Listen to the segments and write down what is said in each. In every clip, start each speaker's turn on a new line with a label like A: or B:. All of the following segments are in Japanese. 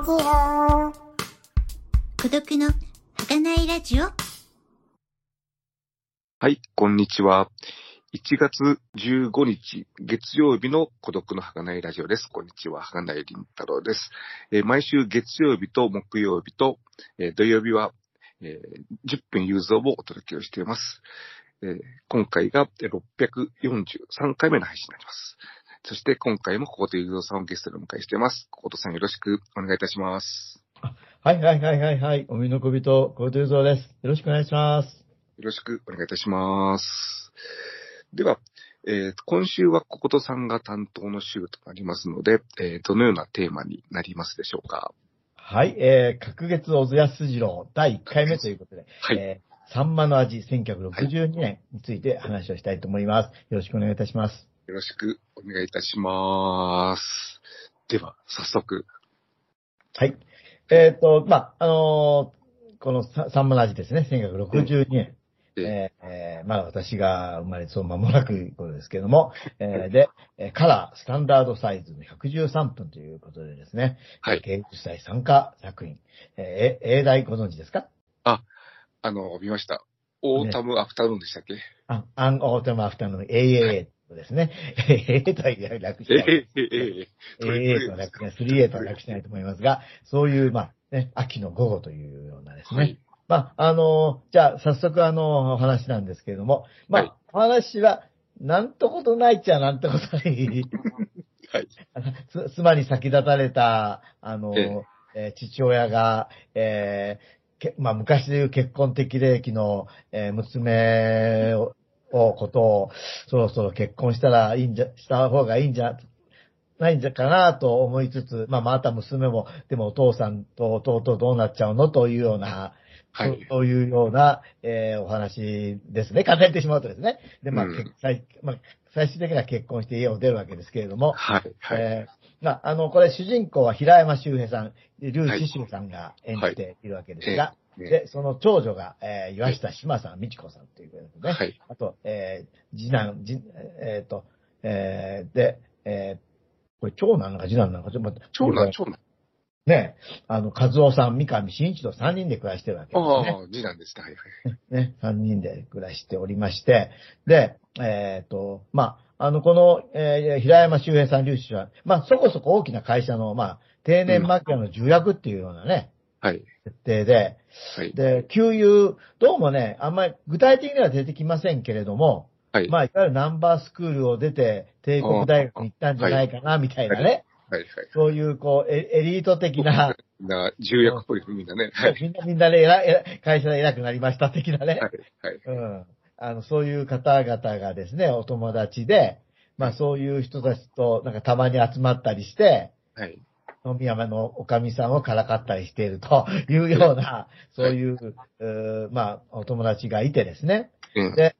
A: 孤独の儚いラジオ。
B: はい、こんにちは。1月15日月曜日の孤独の儚いラジオです。こんにちは、儚い凛太郎です。毎週月曜日と木曜日と、土曜日は、10分有造をお届けをしています。今回が643回目の配信になります。そして今回も小言有造さんをゲストでお迎えしています。小言さんよろしくお願いいたします。
C: はい。お見のこびと小言有造です。よろしくお願いします。
B: よろしくお願いいたします。では、今週は小言さんが担当の週となりますので、どのようなテーマになりますでしょうか。
C: はい、隔月小津安二郎第1回目ということで、
B: はい、
C: サンマの味1962年について話をしたいと思います。よろしくお願いいたします。
B: よろしくお願いいたします。では、早速。
C: はい。このサンマの味ですね、1962年。私が生まれそう間もなくことですけれども、で、カラー、スタンダードサイズの113分ということでですね、
B: はい。
C: 芸術祭参加作品、英題ご存知ですか？
B: 見ました。オータムアフタヌーンでしたっけ？
C: アンオータムアフタヌーン、AAA ですね。AA とは略しない。AA とは略しない。3A とは略しないと思いますが、そういう、秋の午後というようなですね。はい、じゃあ、早速お話なんですけれども、はい、お話は、なんとことないっちゃなんとことない。はい。妻に先立たれた、父親が、昔でいう結婚適齢期の、娘ことを、そろそろ結婚した方がいいんじゃないんじゃかなと思いつつ、また娘も、でもお父さんと弟どうなっちゃうのというような、はい、そういうような、お話ですね。簡単に言ってしまうとですね。で、最終的には結婚して家を出るわけですけれども、はい、はい。これ主人公は平山周平さん、劉志秀さんが演じているわけですが、で、その長女が、岩下志麻さん、美智子さんということですね。はい。あと、次男、これ長男なのか次男なのかちょっと待って。長男。ね、和夫さん、三上真一郎3人で暮らしてるわけですね。
B: 次男ですね。はい
C: はい。ね、3人で暮らしておりまして、で、この、平山周平さん、劉志さん、そこそこ大きな会社の、定年間際の重役っていうようなね、
B: はい。
C: 設定で、はい。で、給油、どうもね、あんまり具体的には出てきませんけれども、はい。いわゆるナンバースクールを出て、帝国大学に行ったんじゃないかな、みたいなね。はいはい。そういう、エリート的な。
B: 重役っぽいみんなね。
C: はい。みんなで会社で偉くなりました的なね。はいはい。そういう方々がですね、お友達で、そういう人たちと、たまに集まったりして、はい。飲み山のおかみさんをからかったりしているというような、そういう、お友達がいてですね。で、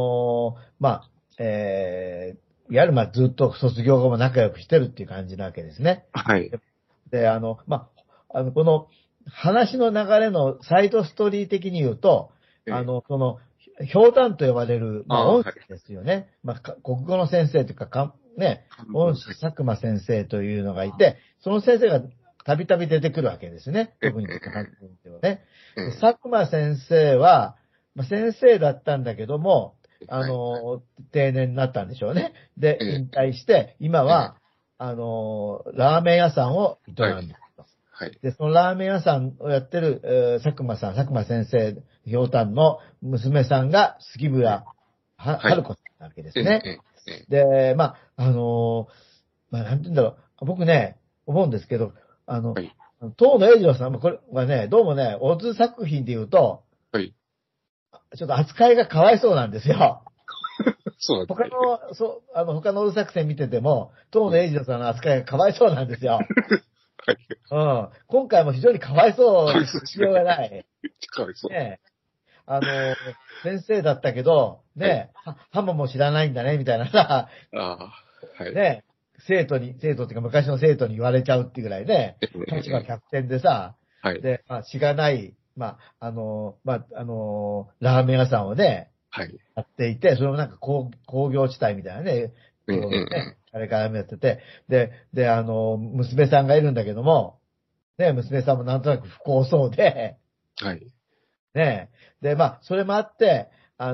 C: いわゆるずっと卒業後も仲良くしてるっていう感じなわけですね。
B: はい。
C: で、この話の流れのサイドストーリー的に言うと、その、ひょうたんと呼ばれる、恩師ですよね。国語の先生というか、恩師佐久間先生というのがいて、その先生がたびたび出てくるわけですね。特にね。佐久間先生は、先生だったんだけども、定年になったんでしょうね。で、引退して、今は、ラーメン屋さんを営んでいると。はい。で、そのラーメン屋さんをやってる、佐久間先生、ひょうたんの娘さんが杉村春子さんなわけですね。で、なんて言うんだろう。僕ね、思うんですけど、東野栄二郎さんもこれはね、どうもね、オズ作品で言うと、ちょっと扱いがかわいそうなんですよ。
B: そうなんですね。
C: 他のオズ作戦見てても、東野栄二郎さんの扱いがかわいそうなんですよ。はい。今回も非常にかわいそう、必要がない。
B: かわいそう。
C: ね先生だったけど、ハモも知らないんだね、みたいなさ、生徒っていうか昔の生徒に言われちゃうっていうぐらいね、立場逆転でさ、で、しがない、ラーメン屋さんをね、やっていて、それも工業地帯みたいなね、あれからやってて、で、娘さんがいるんだけども、 ね、娘さんもなんとなく不幸そうで、
B: はい。
C: ね。で、まあ、それもあって、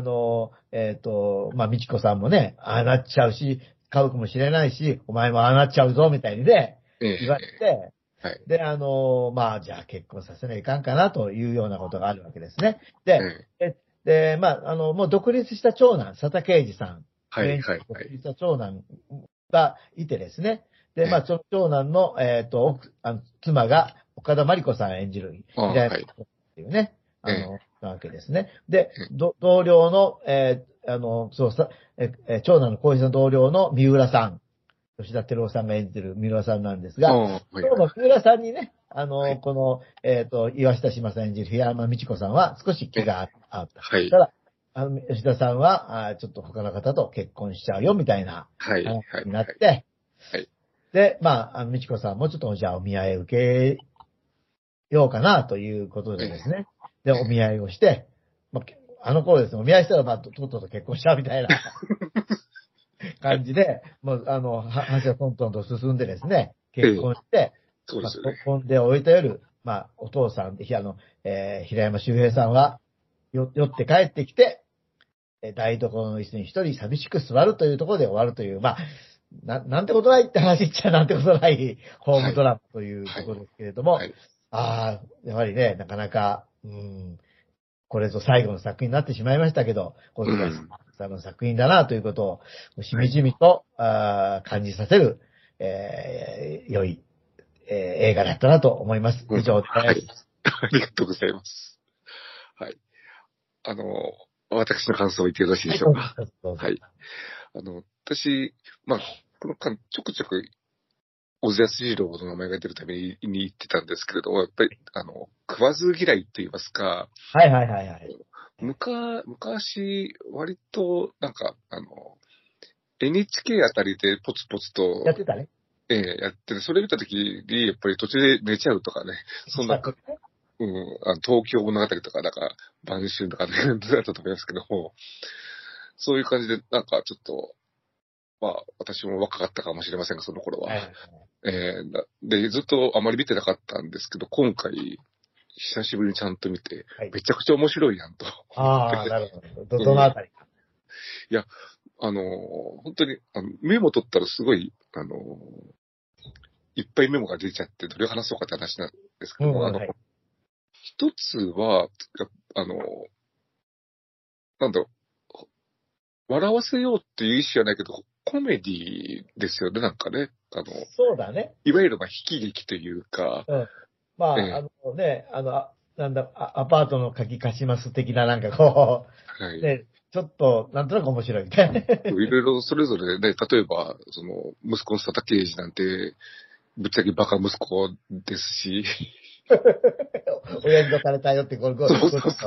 C: まあ、みちこさんもね、ああなっちゃうし、買うかもしれないし、お前もああなっちゃうぞ、みたいにね、
B: ええ、
C: 言われて、
B: はい。
C: で、まあ、じゃあ結婚させないかんかなというようなことがあるわけですね。
B: え
C: で、
B: え、
C: まあ、もう独立した長男、佐田啓二さん、
B: はい、
C: 主演
B: はい、
C: 独
B: はい。
C: 立した長男がいてですね。で、まあ、
B: ええ、
C: その長男の、妻が岡田真理子さん演じる、
B: ああ、
C: 平山
B: はい。
C: っていうね、
B: ええ、
C: なわけですね。で、
B: ええ、
C: 同僚の、そうさ、長男の小石の同僚の三浦さん、吉田照夫さんが演じてる三浦さんなんですが、
B: ああ、はい、はい、
C: どうも三浦さんにね、
B: はい。
C: この、岩下志麻さん演じる平山美智子さんは少し気
B: ええ、
C: が合った。
B: はい、
C: ただ、吉田さんは、ちょっと他の方と結婚しちゃうよ、みたいな
B: はい、
C: 話
B: はい、
C: になっ
B: はい。
C: て、
B: はい。
C: で、まあ、美智子さんもちょっとじゃあお見合い受けようかなということ
B: ええ、
C: でですね。で、
B: ええ。
C: お見合いをして、まあ、あの頃ですね、お見合いしたら、まあ、とっとと結婚しちゃうみたいな
B: はい。
C: 感じで、もう、話はトントンと進んでですね、結
B: ええ、
C: 婚して、まあ、
B: そうですよね。
C: 婚で終えた夜、まあ、お父さん、平山周平さんは、酔って帰ってきて、台所の椅子に一人寂しく座るというところで終わるという、まあ、なんてことないって話っちゃなんてことないホー
B: はい、
C: ムドラマという
B: はい、
C: ところですけれども、
B: はい。
C: ああ、やはりね、なかなか、これぞ最後の作品になってしまいましたけど、小塚
B: うん。
C: さんの作品だなということを、しみ
B: はい。
C: じみと感じさせる、良い、映画だったなと思います。
B: うん。
C: 以上で
B: はい。
C: す。
B: ありがとうございます。はい。あの、私の感想を言ってよろしいで
C: はい、
B: しょうか。
C: どうぞ。
B: はい。私、まあ、この間、ちょくちょく、小津安二郎の名前が出るために言ってたんですけれども、やっぱり、食わず嫌いと言いますか、
C: はいはいはいはい。
B: 昔、割と、なんか、NHK あたりでポツポツと、
C: やってたね。
B: やってて、それ見たときに、やっぱり途中で寝ちゃうとかね、そんな、東京物語とか、なんか、晩春とかね、だったと思いますけども、そういう感じで、なんかちょっと、まあ、私も若かったかもしれませんが、その頃は。
C: はいはい。
B: で、ずっとあまり見てなかったんですけど、今回、久しぶりにちゃんと見て、
C: はい。
B: めちゃくちゃ面白いやんと思って。
C: ああ、なるほど。どの
B: うん。
C: あたりか。
B: いや、本当に、メモ取ったらすごい、いっぱいメモが出ちゃって、どれを話そうかって話なんですけども、
C: うんうん、はい。
B: 一つは、あの、なんだろう、笑わせようっていう意思はないけど、コメディですよね、なんかね。
C: そうだね。
B: いわゆる悲劇というか、
C: うん。まあ、
B: ええ、
C: なんだ、アパートの鍵貸します的ななんかこう、
B: はい。
C: ね、ちょっと、なんとなく面白いみたいな。
B: いろいろそれぞれね、例えば、息子の佐竹栄治なんて、ぶっちゃけバカ息子ですし、
C: 親父とされたよって、これ、
B: そうそうそうそう。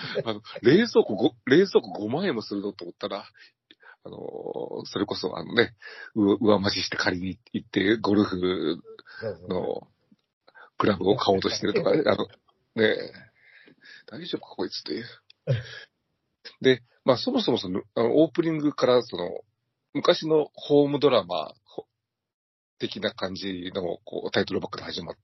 B: 冷蔵庫5万円もするのと思ったら、それこそ上増しして借りに行って、ゴルフ
C: そうそう。
B: のクラブを買おうとしてるとかね、ねえ、大丈夫かこいつっていう。で、まあそもそもオープニングから昔のホームドラマ的な感じのタイトルばっかり始まって、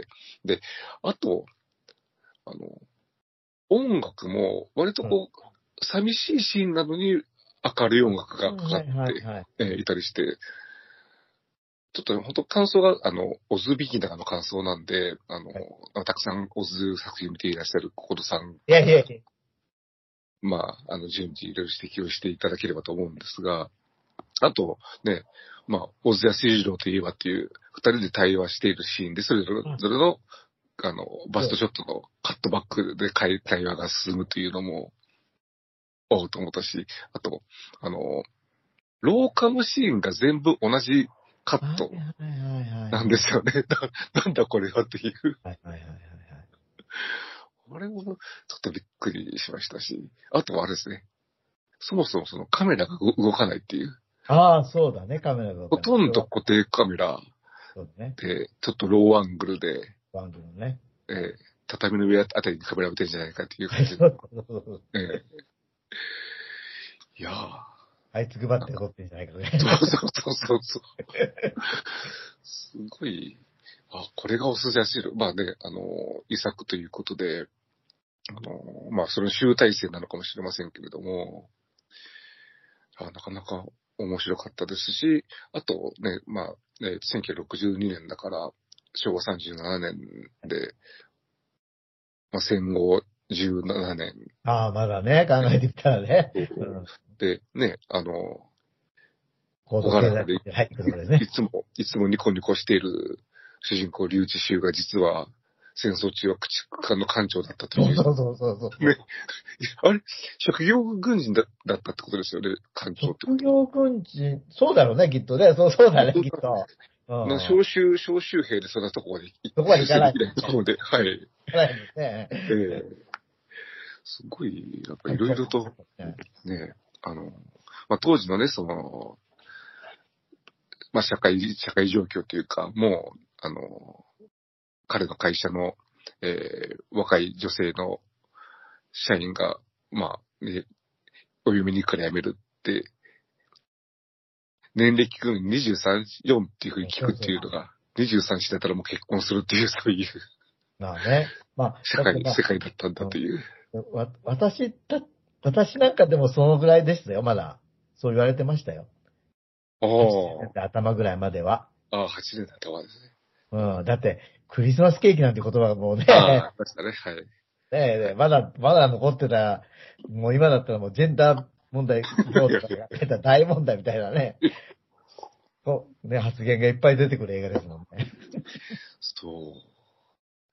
B: で、あと、あの、音楽も割と
C: うん。
B: 寂しいシーンなのに明るい音楽がかかっ
C: はいはい
B: て、
C: はい。
B: いたりして、ちょっと本当感想が、オズビギナーの感想なんで、
C: はい。
B: たくさんオズ作品を見ていらっしゃる心さん
C: いやいや
B: から、
C: いや。
B: まあ、順次いろいろ指摘をしていただければと思うんですが、あと、ね、まあ、小津安二郎といえばっていう、二人で対話しているシーンで、それぞれ
C: あ、
B: の、バスト
C: そう。
B: ショットのカットバックで対話が進むというのも、おうと思ったし、あと、あの、廊下のシーンが全部同じカット
C: はいはいはいはい
B: なん
C: はい。
B: ですよね。なんだこれはっていう。
C: はいはいはいはいはい。
B: これもちょっとびっくりしましたし、あとはあれですね。そもそもそのカメラが動かないっていう。
C: ああ、そうだね。カメラが動
B: ほ
C: かない。そ
B: とんど
C: れは、
B: 固定カメラ
C: そうだね。
B: で、ちょっとローアングルで、
C: バンドのね。
B: えー
C: はい。
B: 畳の上あたりにカメラを打てるんじゃないかっていう感じの。
C: そうそうそうそう。
B: いやー、
C: あいつ配っ
B: なんか、
C: て怒ってんじゃないかね。
B: そうそうそうそうそう。すごい、 これがおすすめする。まあね、遺作ということで、まあ、その集大成なのかもしれませんけれども、なかなか面白かったですし、あとね、まあ、1962年だから、昭和37年で、まあ、戦後17年。
C: まだね、考えてみたらね。
B: で、ね、
C: 高度経済で入ってくるのでね。
B: いつもニコニコしている主人公、笠智衆が実は、戦争中は駆逐艦の艦長だったという。
C: そう。
B: ね。あれ職業軍人だったってことですよね、艦長って。
C: 職業軍人、そうだろうね、きっとね。そうだね、きっと。
B: 召集兵でそんなとこまで
C: そこまで行かない。
B: ところで、はい。
C: 行かないですね。
B: すごい、やっぱいろいろと、ね、まあ、当時のね、まあ、社会状況というか、もう、彼の会社の、若い女性の社員が、まあ、ね、お嫁に行くから辞めるって、年齢聞くのに23、4っていうふうに聞くっていうのが、23歳だったらもう結婚するっていう、そういう、
C: まあね。まあ、
B: 世界だったんだという。
C: 私なんかでもそのぐらいでしたよ、まだ。そう言われてましたよ。頭ぐらいまでは。
B: 8年だったわです
C: ね。だって、クリスマスケーキなんて言葉がもうね。
B: ありましたね、はい。
C: ねまだ残ってた、もう今だったらもうジェンダー問題、どうとかやってた大問題みたいなね。発言がいっぱい出てくる映画ですもんね。
B: そう。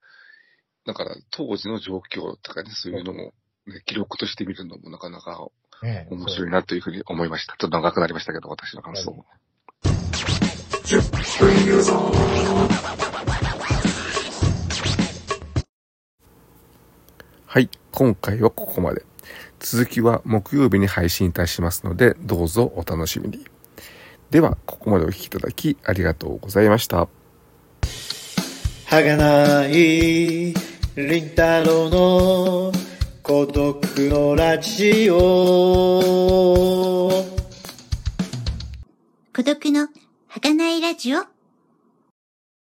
B: だから、当時の状況とかね、そういうのも、ね、記録として見るのもなかなか面白いなというふうに思いました。ちょっと長くなりましたけど、私の感想も。はい、今回はここまで。続きは木曜日に配信いたしますので、どうぞお楽しみに。では、ここまでお聞きいただきありがとうございました。
D: 儚い凛太郎の孤独のラジオ、
A: 孤独の儚いラジオ。